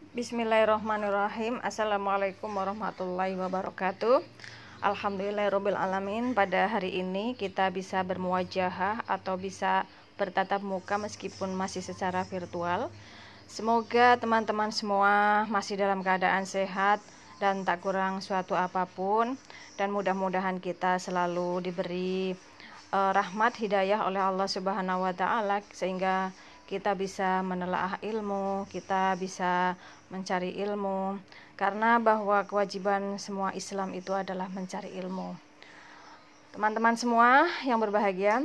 Bismillahirrahmanirrahim. Assalamualaikum warahmatullahi wabarakatuh. Alhamdulillahirabbil alamin. Pada hari ini kita bisa bermuajahah atau bisa bertatap muka meskipun masih secara virtual. Semoga teman-teman semua masih dalam keadaan sehat dan tak kurang suatu apapun, dan mudah-mudahan kita selalu diberi rahmat hidayah oleh Allah Subhanahu wa taala sehingga kita bisa menelaah ilmu, kita bisa mencari ilmu, karena bahwa kewajiban semua Islam itu adalah mencari ilmu. Teman-teman semua yang berbahagia,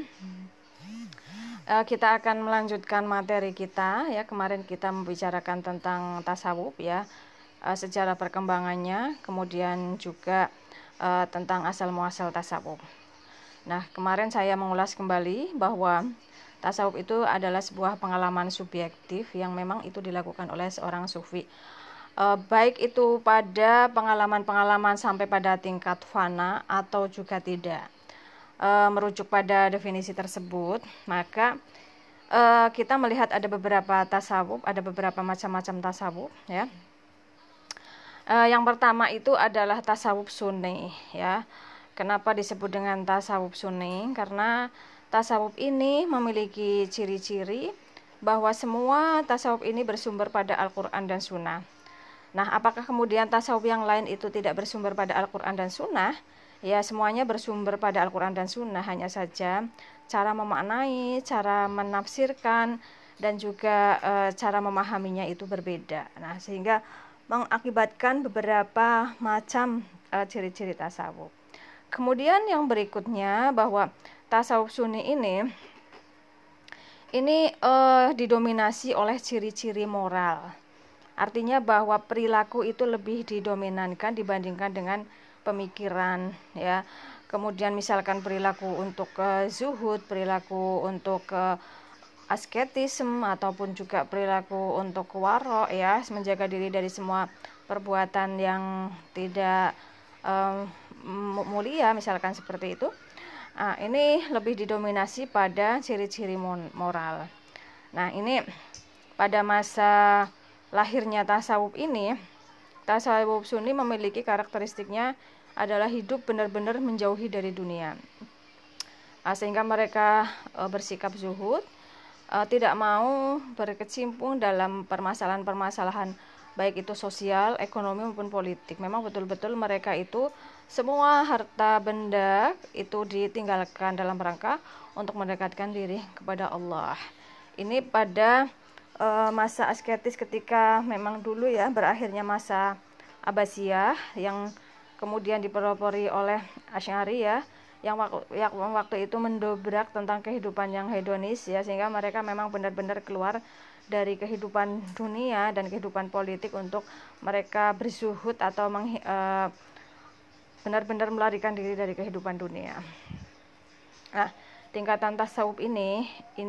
kita akan melanjutkan materi kita ya. Kemarin kita membicarakan tentang tasawuf ya, sejarah perkembangannya, kemudian juga tentang asal muasal tasawuf. Nah, kemarin saya mengulas kembali bahwa tasawuf itu adalah sebuah pengalaman subjektif yang memang itu dilakukan oleh seorang sufi. Baik itu pada pengalaman-pengalaman sampai pada tingkat fana atau juga tidak. Merujuk pada definisi tersebut, maka kita melihat ada beberapa tasawuf, ada beberapa macam-macam tasawuf ya. Yang pertama itu adalah tasawuf sunni ya. Kenapa disebut dengan tasawuf sunni? Karena tasawuf ini memiliki ciri-ciri bahwa semua tasawuf ini bersumber pada Al-Quran dan Sunnah. Nah, apakah kemudian tasawuf yang lain itu tidak bersumber pada Al-Quran dan Sunnah? Ya, semuanya bersumber pada Al-Quran dan Sunnah, hanya saja cara memaknai, cara menafsirkan, dan juga cara memahaminya itu berbeda. Nah, sehingga mengakibatkan beberapa macam ciri-ciri tasawuf. Kemudian yang berikutnya bahwa tasawuf sunni ini didominasi oleh ciri-ciri moral. Artinya bahwa perilaku itu lebih didominankan dibandingkan dengan pemikiran ya. Kemudian misalkan perilaku untuk zuhud, perilaku untuk asketisme, ataupun juga perilaku untuk waro ya, menjaga diri dari semua perbuatan yang tidak mulia, misalkan seperti itu. Nah, ini lebih didominasi pada ciri-ciri moral. Nah, ini pada masa lahirnya tasawuf ini, tasawuf sunni memiliki karakteristiknya adalah hidup benar-benar menjauhi dari dunia. Sehingga mereka bersikap zuhud, tidak mau berkecimpung dalam permasalahan-permasalahan baik itu sosial, ekonomi maupun politik. Memang betul-betul mereka itu semua harta benda itu ditinggalkan dalam rangka untuk mendekatkan diri kepada Allah. Ini pada masa asketis ketika memang dulu ya berakhirnya masa Abbasiyah yang kemudian dipelopori oleh Asy'ari ya, yang waktu itu mendobrak tentang kehidupan yang hedonis ya, sehingga mereka memang benar-benar keluar dari kehidupan dunia dan kehidupan politik untuk mereka berzuhud atau benar-benar melarikan diri dari kehidupan dunia. Nah, tingkatan tasawuf ini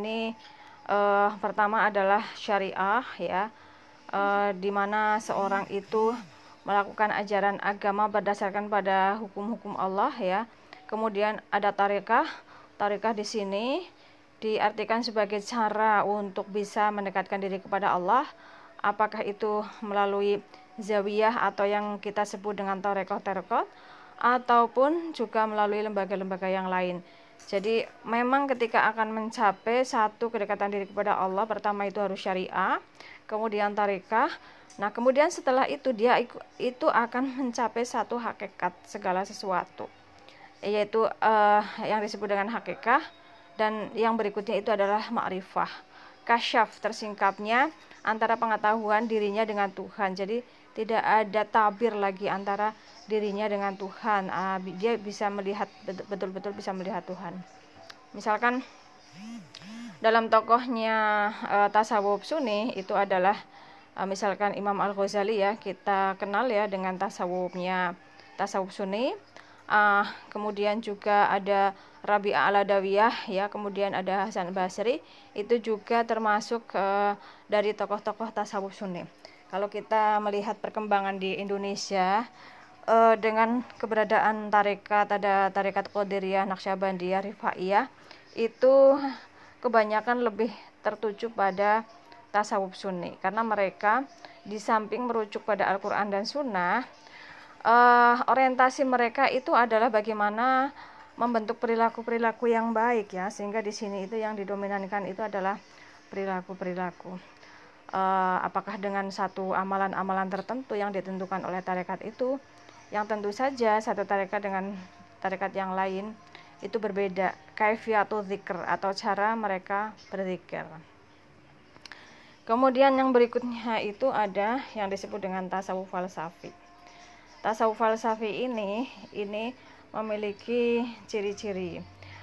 pertama adalah syariah ya, di mana seorang itu melakukan ajaran agama berdasarkan pada hukum-hukum Allah ya. Kemudian ada tarekah. Tarekah di sini diartikan sebagai cara untuk bisa mendekatkan diri kepada Allah, apakah itu melalui zawiyah atau yang kita sebut dengan tarekah, ataupun juga melalui lembaga-lembaga yang lain. Jadi memang ketika akan mencapai satu kedekatan diri kepada Allah, pertama itu harus syariah, kemudian tarekah. Nah, kemudian setelah itu dia itu akan mencapai satu hakikat segala sesuatu, yaitu yang disebut dengan hakikat. Dan yang berikutnya itu adalah ma'rifah, kasyaf tersingkapnya antara pengetahuan dirinya dengan Tuhan. Jadi tidak ada tabir lagi antara dirinya dengan Tuhan. Dia bisa melihat, betul-betul bisa melihat Tuhan. Misalkan dalam tokohnya tasawuf sunni itu adalah misalkan Imam Al-Ghazali ya, kita kenal ya dengan tasawuf sunni. Kemudian juga ada Rabi'ah Al-Adawiyah ya, kemudian ada Hasan Basri, itu juga termasuk dari tokoh-tokoh tasawuf sunni. Kalau kita melihat perkembangan di Indonesia dengan keberadaan tarekat, ada tarekat Qadiriyah, Naqsyabandiyah, Rifaiyah, itu kebanyakan lebih tertuju pada tasawuf sunni, karena mereka di samping merujuk pada Al-Quran dan Sunnah, orientasi mereka itu adalah bagaimana membentuk perilaku-perilaku yang baik ya, sehingga di sini itu yang didominankan itu adalah perilaku-perilaku. Apakah dengan satu amalan-amalan tertentu yang ditentukan oleh tarekat itu, yang tentu saja satu tarekat dengan tarekat yang lain itu berbeda, kaifiyatul dzikr atau cara mereka berzikir. Kemudian yang berikutnya itu ada yang disebut dengan tasawuf falsafi. Tasawuf falsafi ini memiliki ciri-ciri.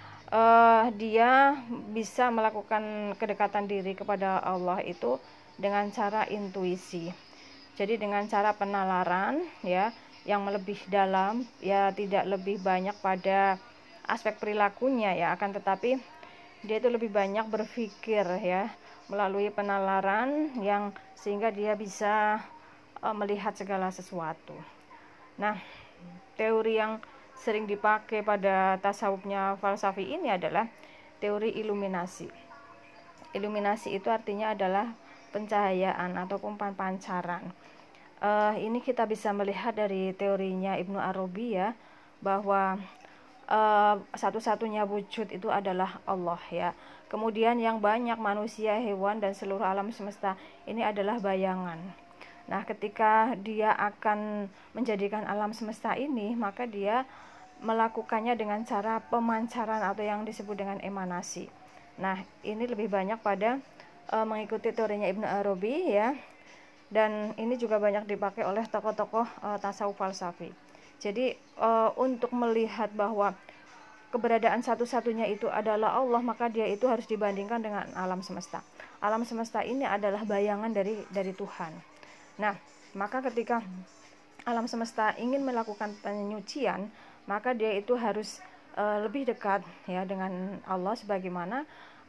Dia bisa melakukan kedekatan diri kepada Allah itu dengan cara intuisi. Jadi dengan cara penalaran ya, yang lebih dalam ya, tidak lebih banyak pada aspek perilakunya ya, akan tetapi dia itu lebih banyak berpikir ya, melalui penalaran yang sehingga dia bisa melihat segala sesuatu. Nah, teori yang sering dipakai pada tasawufnya falsafi ini adalah teori iluminasi. Iluminasi itu artinya adalah pencahayaan ataupun pancaran. Ini kita bisa melihat dari teorinya Ibnu Arabi ya, bahwa satu-satunya wujud itu adalah Allah ya. Kemudian yang banyak manusia, hewan dan seluruh alam semesta ini adalah bayangan. Nah, ketika dia akan menjadikan alam semesta ini, maka dia melakukannya dengan cara pemancaran atau yang disebut dengan emanasi. Nah, ini lebih banyak pada mengikuti teorinya Ibnu Arabi ya. Dan ini juga banyak dipakai oleh tokoh-tokoh tasawuf falsafi. Jadi untuk melihat bahwa keberadaan satu-satunya itu adalah Allah, maka dia itu harus dibandingkan dengan alam semesta. Alam semesta ini adalah bayangan dari Tuhan. Nah, maka ketika alam semesta ingin melakukan penyucian, maka dia itu harus lebih dekat ya dengan Allah, sebagaimana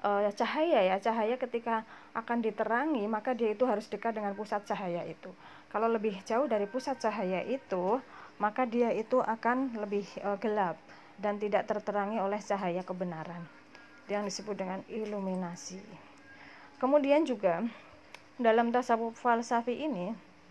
cahaya ketika akan diterangi, maka dia itu harus dekat dengan pusat cahaya itu. Kalau lebih jauh dari pusat cahaya itu, maka dia itu akan lebih gelap dan tidak terterangi oleh cahaya kebenaran, yang disebut dengan iluminasi. Kemudian juga dalam tasawuf falsafi ini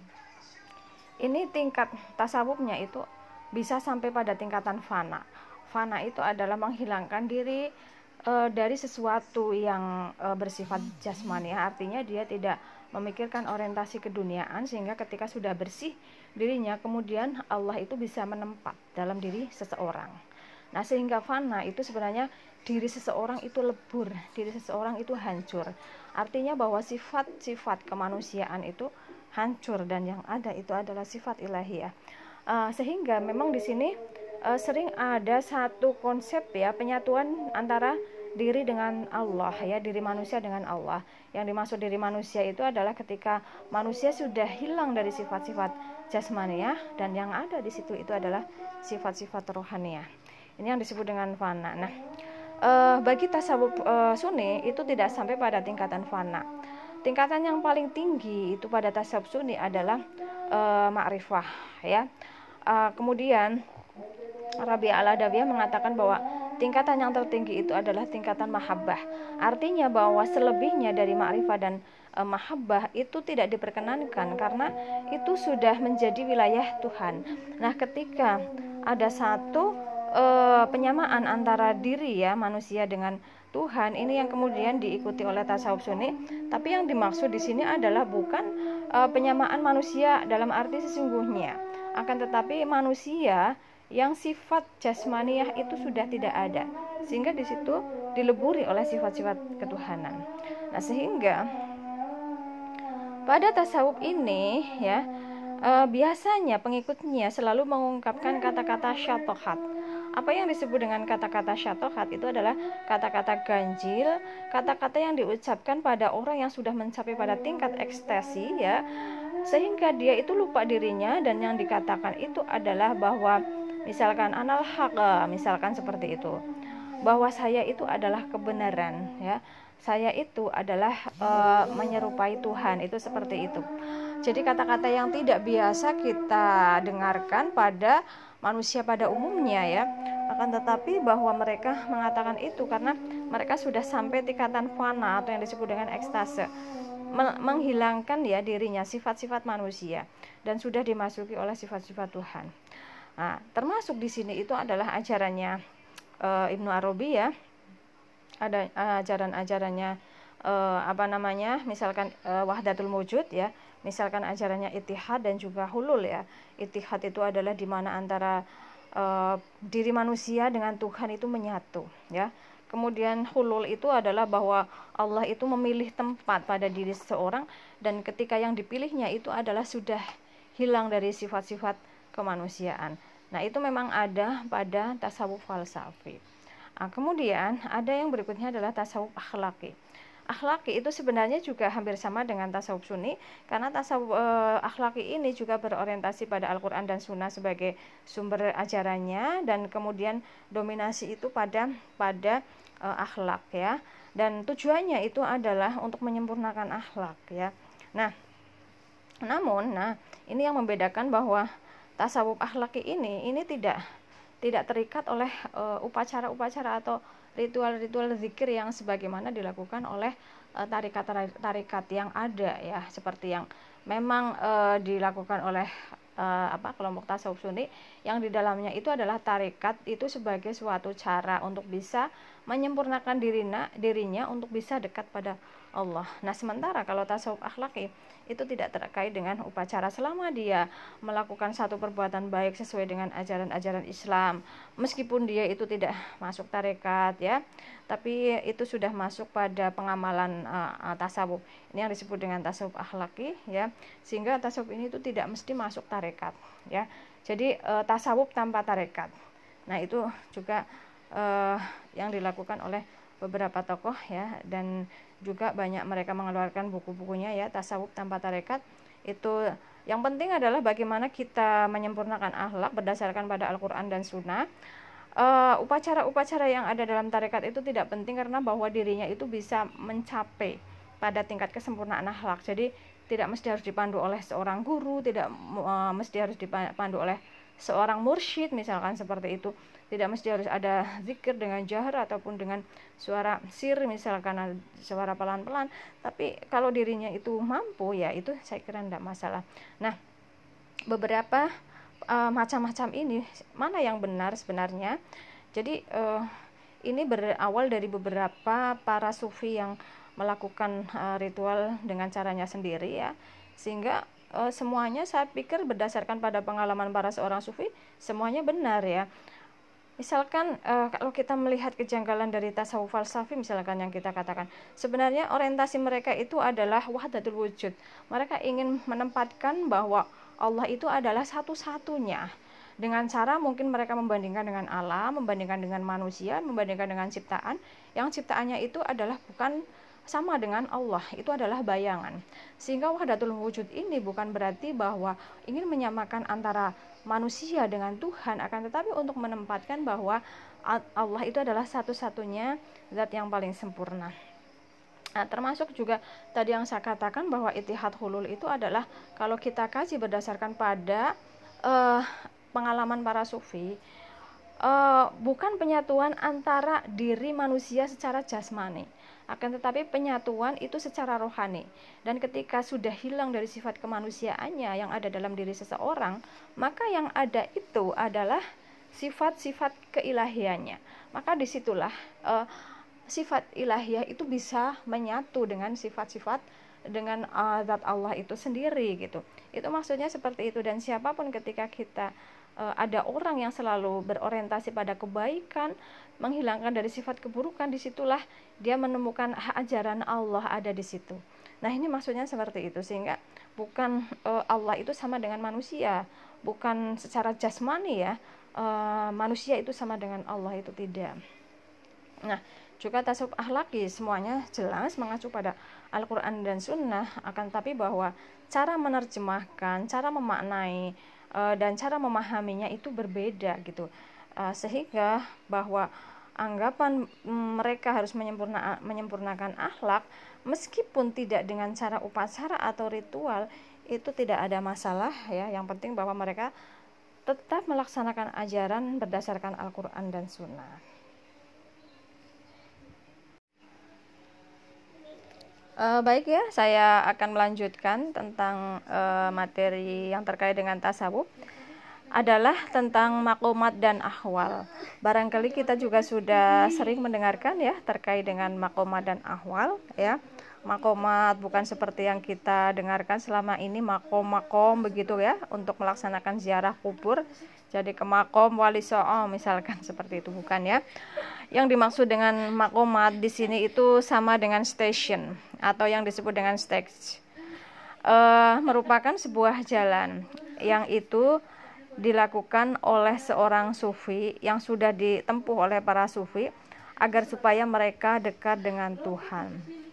tingkat tasawufnya itu bisa sampai pada tingkatan fana. Fana itu adalah menghilangkan diri dari sesuatu yang bersifat jasmani, artinya dia tidak memikirkan orientasi keduniaan, sehingga ketika sudah bersih dirinya, kemudian Allah itu bisa menempat dalam diri seseorang. Nah, sehingga fana itu sebenarnya diri seseorang itu lebur, diri seseorang itu hancur. Artinya bahwa sifat-sifat kemanusiaan itu hancur dan yang ada itu adalah sifat ilahiyah. Sehingga memang di sini sering ada satu konsep ya, penyatuan antara diri dengan Allah ya, diri manusia dengan Allah. Yang dimaksud diri manusia itu adalah ketika manusia sudah hilang dari sifat-sifat jasmaniah, dan yang ada di situ itu adalah sifat-sifat rohaniah. Ini yang disebut dengan fana. Nah, bagi tasawuf sunni itu tidak sampai pada tingkatan fana. Tingkatan yang paling tinggi itu pada tasawuf sunni adalah ma'rifah ya. Kemudian Rabi' al-Adawiyah mengatakan bahwa tingkatan yang tertinggi itu adalah tingkatan mahabbah. Artinya bahwa selebihnya dari ma'rifah dan mahabbah itu tidak diperkenankan, karena itu sudah menjadi wilayah Tuhan. Nah, ketika ada satu penyamaan antara diri ya manusia dengan Tuhan, ini yang kemudian diikuti oleh tasawuf sunni. Tapi yang dimaksud di sini adalah bukan penyamaan manusia dalam arti sesungguhnya, akan tetapi manusia yang sifat jasmaniah itu sudah tidak ada, sehingga di situ dileburi oleh sifat-sifat ketuhanan. Nah, sehingga pada tasawuf ini ya, biasanya pengikutnya selalu mengungkapkan kata-kata syatohat. Apa yang disebut dengan kata-kata syatohat itu adalah kata-kata ganjil, kata-kata yang diucapkan pada orang yang sudah mencapai pada tingkat ekstasi ya, sehingga dia itu lupa dirinya, dan yang dikatakan itu adalah bahwa misalkan anal haq, misalkan seperti itu, bahwa saya itu adalah kebenaran ya, saya itu adalah menyerupai Tuhan, itu seperti itu. Jadi kata-kata yang tidak biasa kita dengarkan pada manusia pada umumnya ya, akan tetapi bahwa mereka mengatakan itu karena mereka sudah sampai tingkatan fana atau yang disebut dengan ekstase. menghilangkan ya dirinya sifat-sifat manusia dan sudah dimasuki oleh sifat-sifat Tuhan. Nah, termasuk di sini itu adalah ajarannya Ibnu Arabi ya. Ada ajaran-ajarannya misalkan wahdatul wujud ya, misalkan ajarannya ittihad dan juga hulul ya. Ittihad itu adalah di mana antara diri manusia dengan Tuhan itu menyatu ya. Kemudian hulul itu adalah bahwa Allah itu memilih tempat pada diri seseorang dan ketika yang dipilihnya itu adalah sudah hilang dari sifat-sifat kemanusiaan. Nah, itu memang ada pada tasawuf falsafi. Nah, kemudian ada yang berikutnya adalah tasawuf akhlaki. Akhlaki itu sebenarnya juga hampir sama dengan tasawuf sunni, karena tasawuf akhlaki ini juga berorientasi pada Al-Quran dan Sunnah sebagai sumber ajarannya, dan kemudian dominasi itu pada akhlak ya, dan tujuannya itu adalah untuk menyempurnakan akhlak ya. Namun ini yang membedakan bahwa tasawuf akhlaki ini tidak terikat oleh upacara-upacara atau ritual-ritual zikir yang sebagaimana dilakukan oleh tarikat-tarikat yang ada ya, seperti yang memang dilakukan oleh kelompok tasawuf sunni, yang di dalamnya itu adalah tarikat itu sebagai suatu cara untuk bisa menyempurnakan dirinya untuk bisa dekat pada Allah. Nah, sementara kalau tasawuf akhlaki itu tidak terkait dengan upacara, selama dia melakukan satu perbuatan baik sesuai dengan ajaran-ajaran Islam, meskipun dia itu tidak masuk tarekat ya, tapi itu sudah masuk pada pengamalan tasawuf. Ini yang disebut dengan tasawuf akhlaki ya, sehingga tasawuf ini itu tidak mesti masuk tarekat ya. Jadi tasawuf tanpa tarekat. Nah, itu juga yang dilakukan oleh beberapa tokoh ya, dan juga banyak mereka mengeluarkan buku-bukunya ya, tasawuf tanpa tarekat. Itu yang penting adalah bagaimana kita menyempurnakan akhlak berdasarkan pada Al-Quran dan Sunnah. Upacara-upacara yang ada dalam tarekat itu tidak penting, karena bahwa dirinya itu bisa mencapai pada tingkat kesempurnaan akhlak. Jadi tidak mesti harus dipandu oleh seorang guru, tidak mesti harus dipandu oleh seorang mursyid misalkan seperti itu. Tidak mesti harus ada zikir dengan jahar ataupun dengan suara sir, misalkan suara pelan-pelan, tapi kalau dirinya itu mampu ya, itu saya kira tidak masalah. Nah, beberapa macam-macam ini mana yang benar sebenarnya? Jadi ini berawal dari beberapa para sufi yang melakukan ritual dengan caranya sendiri ya, sehingga semuanya saya pikir berdasarkan pada pengalaman para seorang sufi semuanya benar ya. Misalkan kalau kita melihat kejanggalan dari tasawuf falsafi misalkan yang kita katakan, sebenarnya orientasi mereka itu adalah wahdatul wujud. Mereka ingin menempatkan bahwa Allah itu adalah satu-satunya, dengan cara mungkin mereka membandingkan dengan alam, membandingkan dengan manusia, membandingkan dengan ciptaan, yang ciptaannya itu adalah bukan sama dengan Allah, itu adalah bayangan. Sehingga wahdatul wujud ini bukan berarti bahwa ingin menyamakan antara manusia dengan Tuhan, akan tetapi untuk menempatkan bahwa Allah itu adalah satu-satunya zat yang paling sempurna. Nah, termasuk juga tadi yang saya katakan bahwa ittihad hulul itu adalah kalau kita kaji berdasarkan pada pengalaman para sufi, bukan penyatuan antara diri manusia secara jasmani, akan tetapi penyatuan itu secara rohani. Dan ketika sudah hilang dari sifat kemanusiaannya yang ada dalam diri seseorang, maka yang ada itu adalah sifat-sifat keilahiannya. Maka disitulah sifat ilahiyah itu bisa menyatu dengan sifat-sifat dengan zat Allah itu sendiri gitu. Itu maksudnya seperti itu. Dan siapapun ketika kita ada orang yang selalu berorientasi pada kebaikan, menghilangkan dari sifat keburukan, disitulah dia menemukan ajaran Allah ada di situ. Nah, ini maksudnya seperti itu, sehingga bukan Allah itu sama dengan manusia, bukan secara jasmani ya, manusia itu sama dengan Allah, itu tidak. Nah, juga tasawuf akhlaki semuanya jelas mengacu pada Al-Quran dan Sunnah, akan tapi bahwa cara menerjemahkan, cara memaknai dan cara memahaminya itu berbeda gitu, sehingga bahwa anggapan mereka harus menyempurnakan akhlak meskipun tidak dengan cara upacara atau ritual, itu tidak ada masalah ya. Yang penting bahwa mereka tetap melaksanakan ajaran berdasarkan Al-Quran dan Sunnah. Baik ya, saya akan melanjutkan tentang materi yang terkait dengan tasawuf, adalah tentang makomat dan ahwal. Barangkali kita juga sudah sering mendengarkan ya terkait dengan makomat dan ahwal ya. Makomat bukan seperti yang kita dengarkan selama ini, makom-makom begitu ya, untuk melaksanakan ziarah kubur. Jadi ke makom wali so'o misalkan, seperti itu, bukan ya. Yang dimaksud dengan makomat di sini itu sama dengan station atau yang disebut dengan stage. Merupakan sebuah jalan yang itu dilakukan oleh seorang sufi, yang sudah ditempuh oleh para sufi agar supaya mereka dekat dengan Tuhan.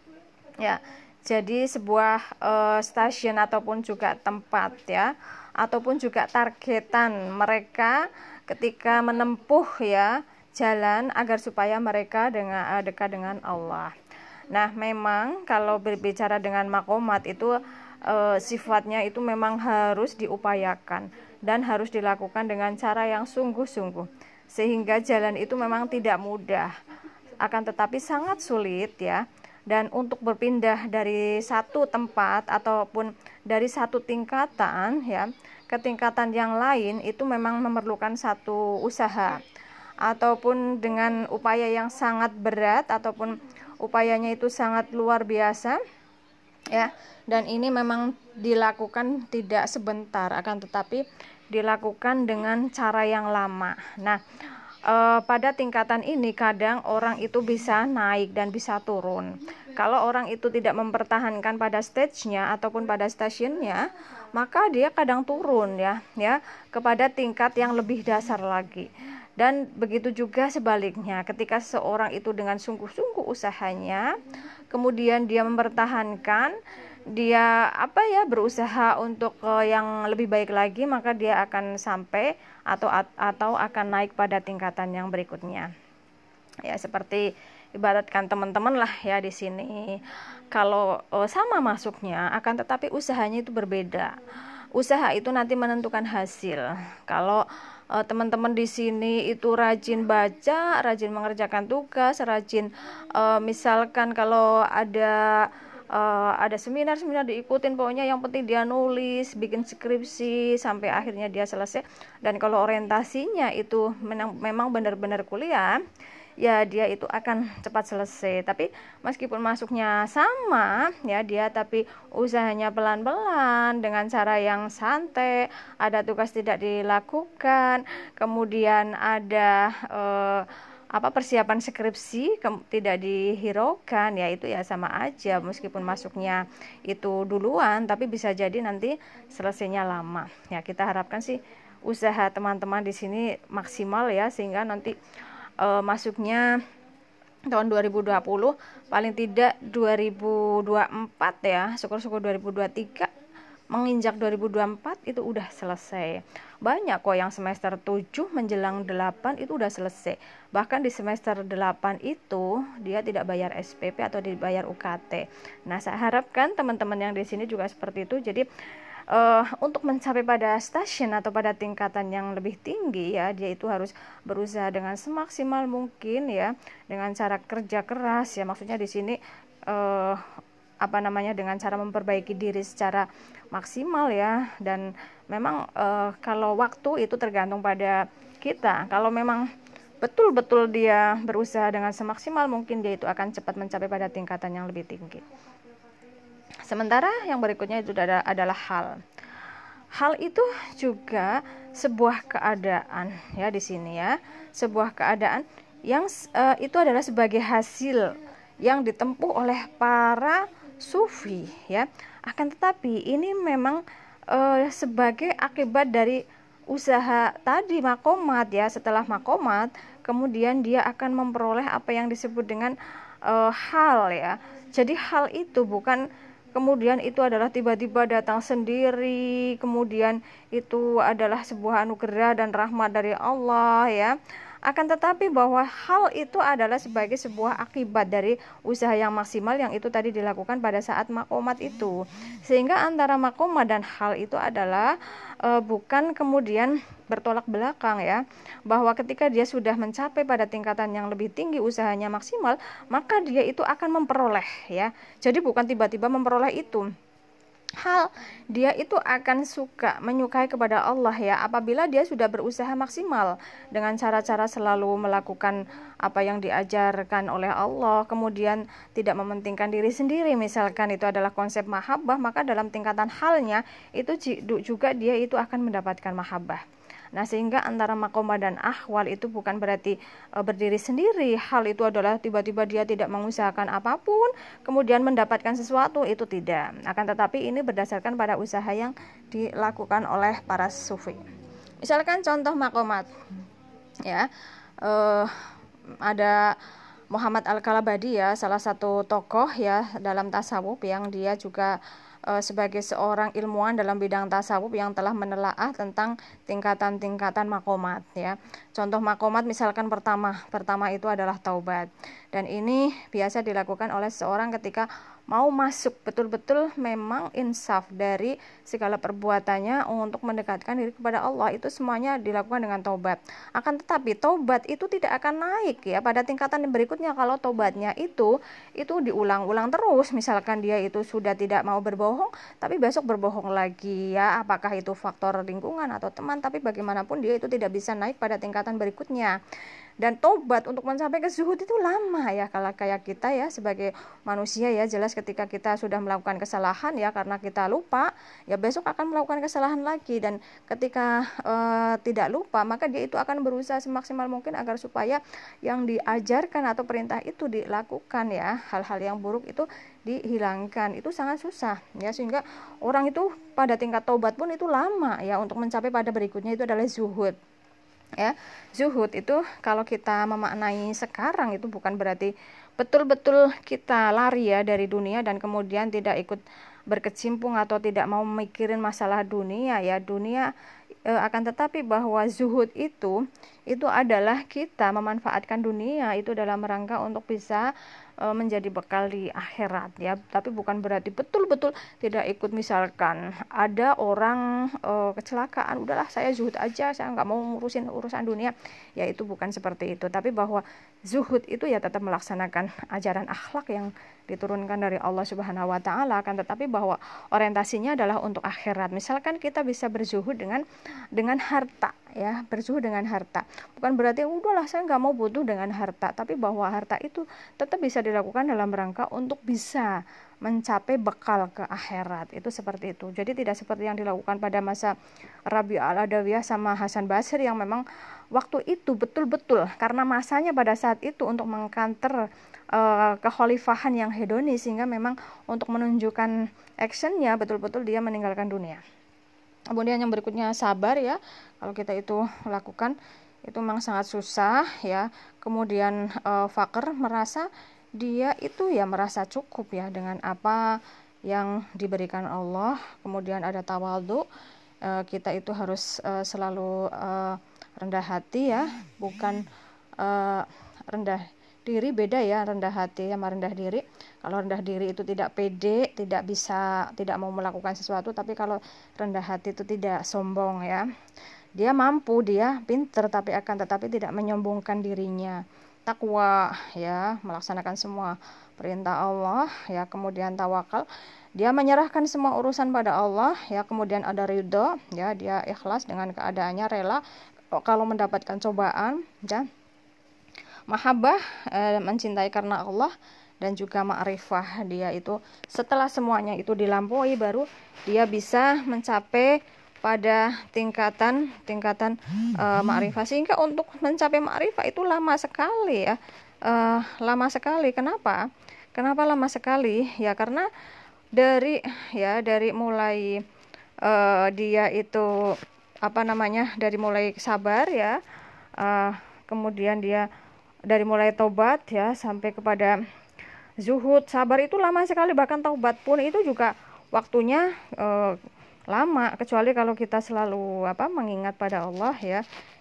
Ya, jadi sebuah stasiun ataupun juga tempat ya, ataupun juga targetan mereka ketika menempuh ya jalan agar supaya mereka dekat dengan Allah. Nah, memang kalau berbicara dengan makomat itu sifatnya itu memang harus diupayakan dan harus dilakukan dengan cara yang sungguh-sungguh, sehingga jalan itu memang tidak mudah, akan tetapi sangat sulit ya. Dan untuk berpindah dari satu tempat ataupun dari satu tingkatan ya ke tingkatan yang lain itu memang memerlukan satu usaha ataupun dengan upaya yang sangat berat ataupun upayanya itu sangat luar biasa ya. Dan ini memang dilakukan tidak sebentar, akan tetapi dilakukan dengan cara yang lama. Nah, pada tingkatan ini kadang orang itu bisa naik dan bisa turun. Kalau orang itu tidak mempertahankan pada stage-nya ataupun pada stasiunnya, maka dia kadang turun ya kepada tingkat yang lebih dasar lagi. Dan begitu juga sebaliknya, ketika seorang itu dengan sungguh-sungguh usahanya, kemudian dia mempertahankan, dia berusaha untuk yang lebih baik lagi, maka dia akan sampai atau akan naik pada tingkatan yang berikutnya. Ya, seperti ibaratkan teman-teman lah ya di sini. Kalau sama masuknya, akan tetapi usahanya itu berbeda. Usaha itu nanti menentukan hasil. Kalau teman-teman di sini itu rajin baca, rajin mengerjakan tugas, rajin misalkan kalau ada seminar diikutin, pokoknya yang penting dia nulis, bikin skripsi sampai akhirnya dia selesai. Dan kalau orientasinya itu memang benar-benar kuliah, ya dia itu akan cepat selesai. Tapi meskipun masuknya sama ya dia, tapi usahanya pelan-pelan dengan cara yang santai, ada tugas tidak dilakukan, kemudian ada persiapan skripsi tidak dihiraukan, ya itu ya sama aja, meskipun masuknya itu duluan tapi bisa jadi nanti selesainya lama. Ya, kita harapkan sih usaha teman-teman di sini maksimal ya, sehingga nanti masuknya tahun 2020, paling tidak 2024 ya, syukur-syukur 2023 menginjak 2024 itu udah selesai. Banyak kok yang semester 7 menjelang 8 itu udah selesai. Bahkan di semester 8 itu dia tidak bayar SPP atau dibayar UKT. Nah, saya harapkan teman-teman yang di sini juga seperti itu. Jadi untuk mencapai pada stasiun atau pada tingkatan yang lebih tinggi ya, dia itu harus berusaha dengan semaksimal mungkin ya, dengan cara kerja keras ya. Maksudnya di sini dengan cara memperbaiki diri secara maksimal ya. Dan memang kalau waktu itu tergantung pada kita. Kalau memang betul-betul dia berusaha dengan semaksimal mungkin, dia itu akan cepat mencapai pada tingkatan yang lebih tinggi. Sementara yang berikutnya itu adalah hal itu juga sebuah keadaan ya di sini ya, sebuah keadaan yang itu adalah sebagai hasil yang ditempuh oleh para sufi ya. Akan tetapi ini memang sebagai akibat dari usaha tadi makomat ya. Setelah makomat kemudian dia akan memperoleh apa yang disebut dengan hal ya. Jadi hal itu bukan kemudian itu adalah tiba-tiba datang sendiri, kemudian itu adalah sebuah anugerah dan rahmat dari Allah ya. Akan tetapi bahwa hal itu adalah sebagai sebuah akibat dari usaha yang maksimal yang itu tadi dilakukan pada saat makomat itu. Sehingga antara makomat dan hal itu adalah bukan kemudian bertolak belakang ya, bahwa ketika dia sudah mencapai pada tingkatan yang lebih tinggi, usahanya maksimal, maka dia itu akan memperoleh ya. Jadi bukan tiba-tiba memperoleh itu. Dia itu akan menyukai kepada Allah ya, apabila dia sudah berusaha maksimal dengan cara-cara selalu melakukan apa yang diajarkan oleh Allah, kemudian tidak mementingkan diri sendiri, misalkan itu adalah konsep mahabbah, maka dalam tingkatan halnya itu juga dia itu akan mendapatkan mahabbah. Nah, sehingga antara makomah dan ahwal itu bukan berarti berdiri sendiri. Hal itu adalah tiba-tiba dia tidak mengusahakan apapun kemudian mendapatkan sesuatu, itu tidak. Akan tetapi ini berdasarkan pada usaha yang dilakukan oleh para sufi. Misalkan contoh makomat ya, ada Muhammad Al-Kalabadi ya, salah satu tokoh ya dalam tasawuf yang dia juga sebagai seorang ilmuwan dalam bidang tasawuf yang telah menelaah tentang tingkatan-tingkatan makomat ya. Contoh makomat misalkan pertama itu adalah taubat, dan ini biasa dilakukan oleh seorang ketika mau masuk betul-betul memang insaf dari segala perbuatannya untuk mendekatkan diri kepada Allah, itu semuanya dilakukan dengan taubat. Akan tetapi taubat itu tidak akan naik ya pada tingkatan yang berikutnya kalau taubatnya itu diulang-ulang terus. Misalkan dia itu sudah tidak mau berbohong tapi besok berbohong lagi ya, apakah itu faktor lingkungan atau teman, tapi bagaimanapun dia itu tidak bisa naik pada tingkatan berikutnya. Dan tobat untuk mencapai ke zuhud itu lama ya, kalau kayak kita ya sebagai manusia ya, jelas ketika kita sudah melakukan kesalahan ya karena kita lupa ya, besok akan melakukan kesalahan lagi, dan ketika tidak lupa maka dia itu akan berusaha semaksimal mungkin agar supaya yang diajarkan atau perintah itu dilakukan ya, hal-hal yang buruk itu dihilangkan. Itu sangat susah ya, sehingga orang itu pada tingkat taubat pun itu lama ya untuk mencapai pada berikutnya, itu adalah zuhud ya. Zuhud itu kalau kita memaknai sekarang itu bukan berarti betul-betul kita lari ya dari dunia dan kemudian tidak ikut berkecimpung atau tidak mau memikirin masalah dunia ya, akan tetapi bahwa zuhud itu adalah kita memanfaatkan dunia itu dalam rangka untuk bisa menjadi bekal di akhirat ya. Tapi bukan berarti betul-betul tidak ikut, misalkan ada orang kecelakaan, udahlah saya zuhud aja, saya nggak mau ngurusin urusan dunia ya, itu bukan seperti itu. Tapi bahwa zuhud itu ya tetap melaksanakan ajaran akhlak yang diturunkan dari Allah Subhanahu wa taala, akan tetapi bahwa orientasinya adalah untuk akhirat. Misalkan kita bisa berzuhud dengan harta ya, berzuhud dengan harta bukan berarti udahlah saya nggak mau butuh dengan harta, tapi bahwa harta itu tetap bisa dilakukan dalam rangka untuk bisa mencapai bekal ke akhirat, itu seperti itu. Jadi tidak seperti yang dilakukan pada masa Rabi al-Adawiyah sama Hasan Basri yang memang waktu itu betul-betul karena masanya pada saat itu untuk mengkanter kekhalifahan yang hedonis, sehingga memang untuk menunjukkan actionnya betul-betul dia meninggalkan dunia. Kemudian yang berikutnya sabar ya, kalau kita itu lakukan itu memang sangat susah ya. Kemudian fakir, merasa dia itu ya merasa cukup ya dengan apa yang diberikan Allah. Kemudian ada tawadhu, kita itu harus selalu rendah hati ya, bukan rendah diri, beda ya rendah hati sama rendah diri. Kalau rendah diri itu tidak pede, tidak bisa, tidak mau melakukan sesuatu, tapi kalau rendah hati itu tidak sombong ya. Dia mampu, dia pinter, tetapi tidak menyombongkan dirinya. Takwa ya, melaksanakan semua perintah Allah ya. Kemudian tawakal, dia menyerahkan semua urusan pada Allah ya. Kemudian ada ridho ya, dia ikhlas dengan keadaannya, rela kalau mendapatkan cobaan ya. Mahabbah, mencintai karena Allah, dan juga ma'rifah, dia itu setelah semuanya itu dilampaui baru dia bisa mencapai pada tingkatan ma'rifah. Sehingga untuk mencapai ma'rifah itu lama sekali ya, lama sekali. Kenapa lama sekali ya? Karena dari mulai dia itu dari mulai sabar ya, kemudian dia dari mulai taubat ya sampai kepada zuhud. Sabar itu lama sekali, bahkan taubat pun itu juga waktunya lama, kecuali kalau kita selalu mengingat pada Allah ya,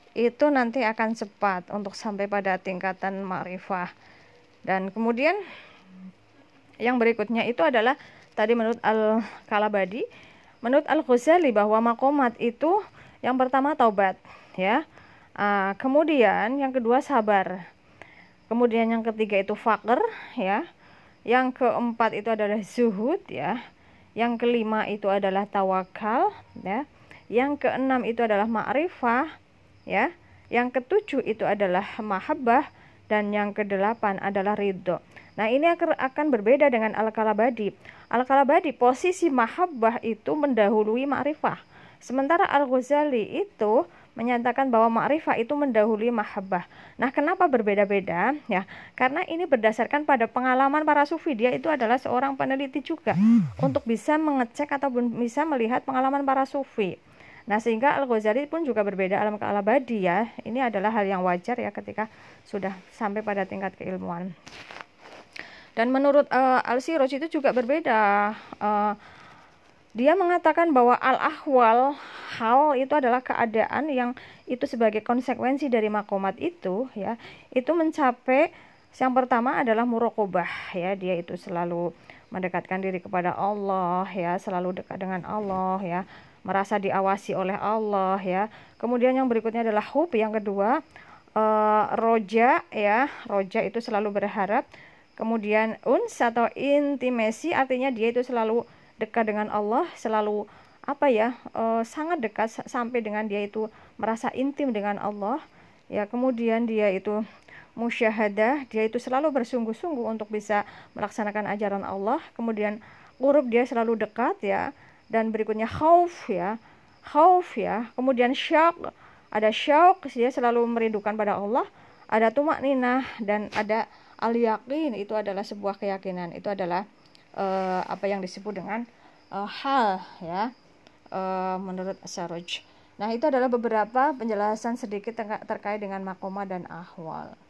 itu nanti akan cepat untuk sampai pada tingkatan ma'rifah. Dan kemudian yang berikutnya itu adalah tadi menurut Al-Kalabadi, menurut Al-Ghazali bahwa maqamat itu yang pertama taubat, ya. Kemudian yang kedua sabar. Kemudian yang ketiga itu faqr, ya. Yang keempat itu adalah zuhud, ya. Yang kelima itu adalah tawakal, ya. Yang keenam itu adalah ma'rifah, ya. Yang ketujuh itu adalah mahabbah, dan yang kedelapan adalah ridho. Nah, ini akan berbeda dengan Al-Kalabadi. Al-Kalabadi posisi mahabbah itu mendahului ma'rifah. Sementara Al-Ghazali itu menyatakan bahwa ma'rifah itu mendahului mahabbah. Nah, kenapa berbeda-beda? Ya, karena ini berdasarkan pada pengalaman para sufi. Dia itu adalah seorang peneliti juga untuk bisa mengecek ataupun bisa melihat pengalaman para sufi. Nah, sehingga Al-Ghazali pun juga berbeda Al-Kalabadi, ya. Ini adalah hal yang wajar ya ketika sudah sampai pada tingkat keilmuan. Dan menurut Al-Siraj itu juga berbeda. Dia mengatakan bahwa al-ahwal, hal itu adalah keadaan yang itu sebagai konsekuensi dari maqamat itu, ya, itu mencapai yang pertama adalah muraqabah, ya, dia itu selalu mendekatkan diri kepada Allah, ya, selalu dekat dengan Allah, ya, merasa diawasi oleh Allah, ya. Kemudian yang berikutnya adalah hub, yang kedua roja, ya, roja itu selalu berharap. Kemudian uns atau intimasi, artinya dia itu selalu dekat dengan Allah, selalu sangat dekat sampai dengan dia itu merasa intim dengan Allah, ya. Kemudian dia itu musyahadah, dia itu selalu bersungguh-sungguh untuk bisa melaksanakan ajaran Allah. Kemudian qurub, dia selalu dekat, ya. Dan berikutnya khauf, ya. Kemudian syauq, ada syauq, dia selalu merindukan pada Allah. Ada tumakninah dan ada al-yaqin, itu adalah sebuah keyakinan. Itu adalah apa yang disebut dengan hal, ya, menurut Saroj. Nah, itu adalah beberapa penjelasan sedikit terkait dengan maqamat dan ahwal.